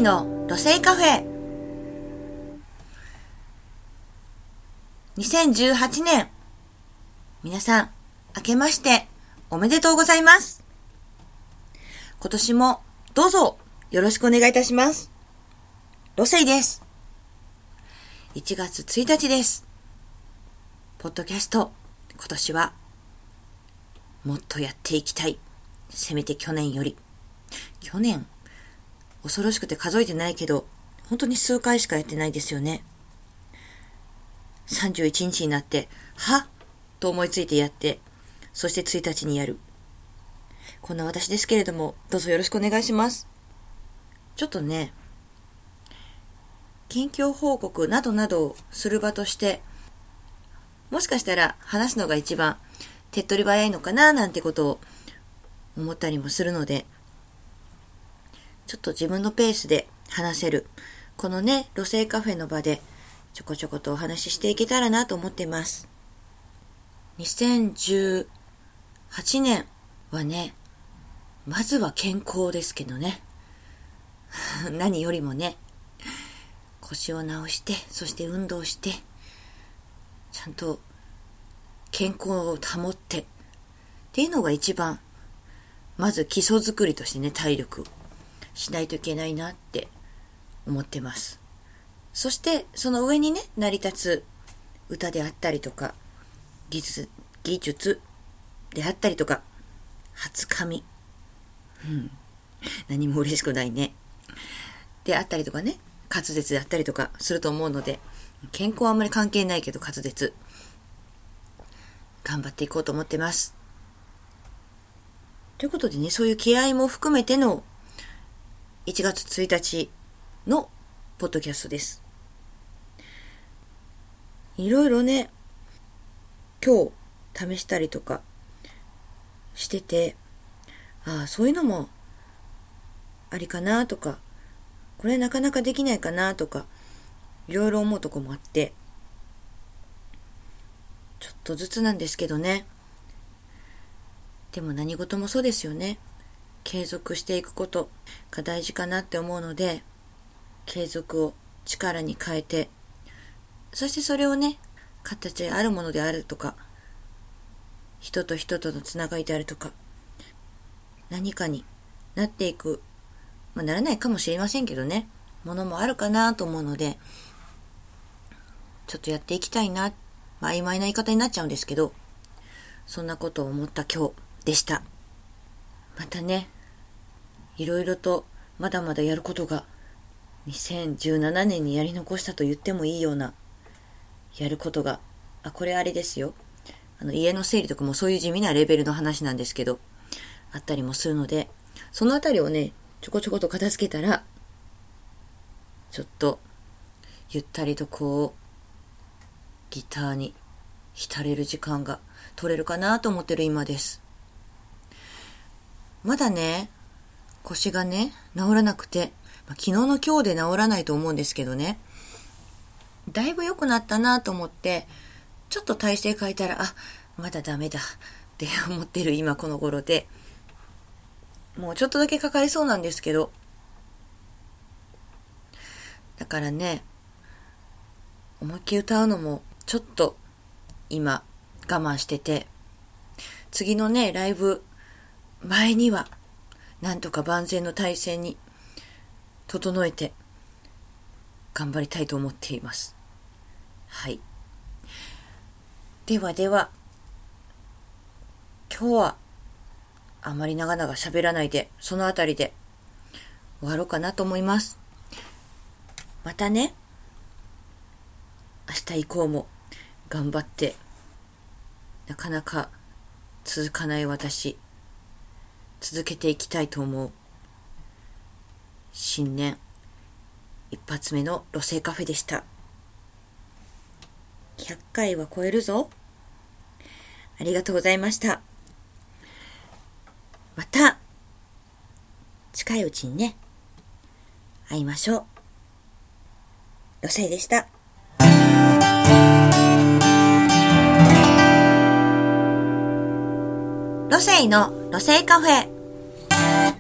イの路線カフェ。2018年、皆さん明けましておめでとうございます。今年もどうぞよろしくお願いいたします。路線です。1月1日です。ポッドキャスト、今年はもっとやっていきたい。せめて去年より。去年恐ろしくて数えてないけど、本当に数回しかやってないですよね。31日になって、はと思いついてやって、そして1日にやる。こんな私ですけれども、どうぞよろしくお願いします。ちょっとね、近況報告などなどをする場として、もしかしたら話すのが一番手っ取り早いのかななんてことを思ったりもするので、ちょっと自分のペースで話せる、このね、路線カフェの場でちょこちょことお話ししていけたらなと思っています。2018年はね、まずは健康ですけどね。何よりもね、腰を治して、そして運動して、ちゃんと健康を保ってっていうのが一番、まず基礎作りとしてね、体力しないといけないなって思ってます。そしてその上にね、成り立つ歌であったりとか技術であったりとか初髪、何も嬉しくないねであったりとかね、滑舌であったりとかすると思うので、健康はあんまり関係ないけど滑舌頑張っていこうと思ってます。ということでね、そういう気合も含めての1月1日のポッドキャストです。いろいろね、今日試したりとかしてて、そういうのもありかなとか、これなかなかできないかなとか、いろいろ思うとこもあって、ちょっとずつなんですけどね。でも何事もそうですよね。継続していくことが大事かなって思うので、継続を力に変えて、そしてそれをね、形あるものであるとか、人と人とのつながりであるとか、何かになっていく、ならないかもしれませんけどね、ものもあるかなと思うので、ちょっとやっていきたいな、曖昧な言い方になっちゃうんですけど、そんなことを思った今日でした。またね、いろいろとまだまだやることが2017年にやり残したと言ってもいいようなやることが、これあれですよ。家の整理とかもそういう地味なレベルの話なんですけど、あったりもするので、そのあたりをね、ちょこちょこと片付けたら、ちょっとゆったりとこうギターに浸れる時間が取れるかなと思ってる今です。まだね、腰がね、治らなくて、昨日の今日で治らないと思うんですけどね、だいぶ良くなったなと思って、ちょっと体勢変えたら、まだダメだって思ってる今この頃で、もうちょっとだけかかりそうなんですけど、だからね、思いっきり歌うのもちょっと今我慢してて、次のね、ライブ前にはなんとか万全の体制に整えて頑張りたいと思っています。はい。ではでは、今日はあまり長々喋らないで、そのあたりで終わろうかなと思います。またね、明日以降も頑張って、なかなか続かない私、続けていきたいと思う新年一発目の路線カフェでした。100回は超えるぞ。ありがとうございました。また近いうちにね、会いましょう。路線でした。路線の路線カフェ。